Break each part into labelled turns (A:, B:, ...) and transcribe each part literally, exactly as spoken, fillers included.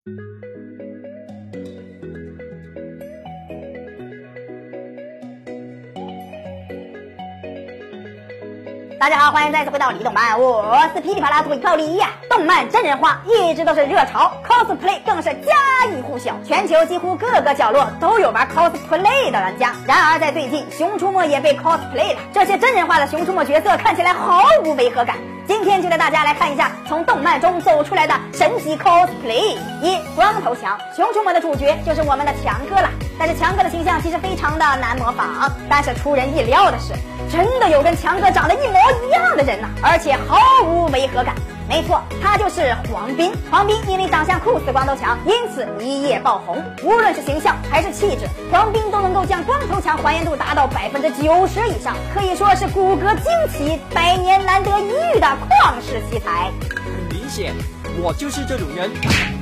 A: 大家好，欢迎再次回到李动漫，我是噼里啪啦嘴爆李呀。动漫真人化一直都是热潮 ，cosplay 更是家喻户晓，全球几乎各个角落都有玩 cosplay 的玩家。然而在最近，熊出没也被 cosplay 了，这些真人化的熊出没角色看起来毫无违和感。今天就带大家来看一下从动漫中走出来的神级 cosplay。一、光头强，熊出没的主角就是我们的强哥了。但是强哥的形象其实非常的难模仿，但是出人意料的是，真的有跟强哥长得一模一样的人呐、啊，而且毫无违和感。没错，他就是黄斌。黄斌因为长相酷似光头强，因此一夜爆红。无论是形象还是气质，黄斌都能够将光头强还原度达到百分之九十以上，可以说是骨骼惊奇，百年难得一遇的旷世奇才。
B: 很明显，我就是这种人。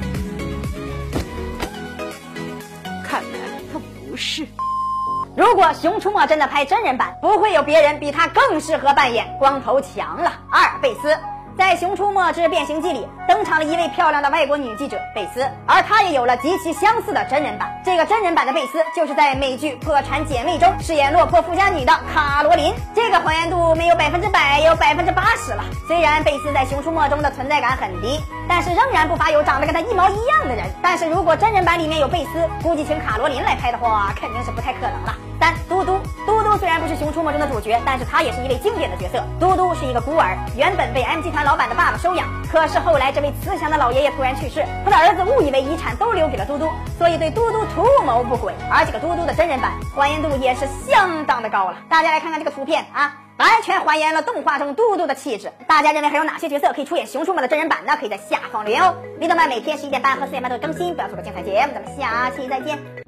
B: 看来他不是。
A: 如果熊出没真的拍真人版，不会有别人比他更适合扮演光头强了。二、贝斯。在《熊出没之变形记》里登场了一位漂亮的外国女记者贝斯，而她也有了极其相似的真人版。这个真人版的贝斯就是在美剧《破产姐妹》中饰演落魄富家女的卡罗琳。这个还原度没有百分之百，也有百分之八十了。虽然贝斯在《熊出没》中的存在感很低，但是仍然不乏有长得跟她一毛一样的人。但是如果真人版里面有贝斯，估计请卡罗琳来拍的话，肯定是不太可能了。三、嘟嘟。嘟嘟虽然不是《熊出没》中的主角，但是他也是一位经典的角色。嘟嘟是一个孤儿，原本被 M 集团老板的爸爸收养，可是后来这位慈祥的老爷爷突然去世，他的儿子误以为遗产都留给了嘟嘟，所以对嘟嘟图谋不轨。而这个嘟嘟的真人版还原度也是相当的高了，大家来看看这个图片啊，完全还原了动画中嘟嘟的气质。大家认为还有哪些角色可以出演《熊出没》的真人版呢？可以在下方留言哦。李动漫每天十一点半和四点半都更新，不要错过精彩节目，咱们下期再见。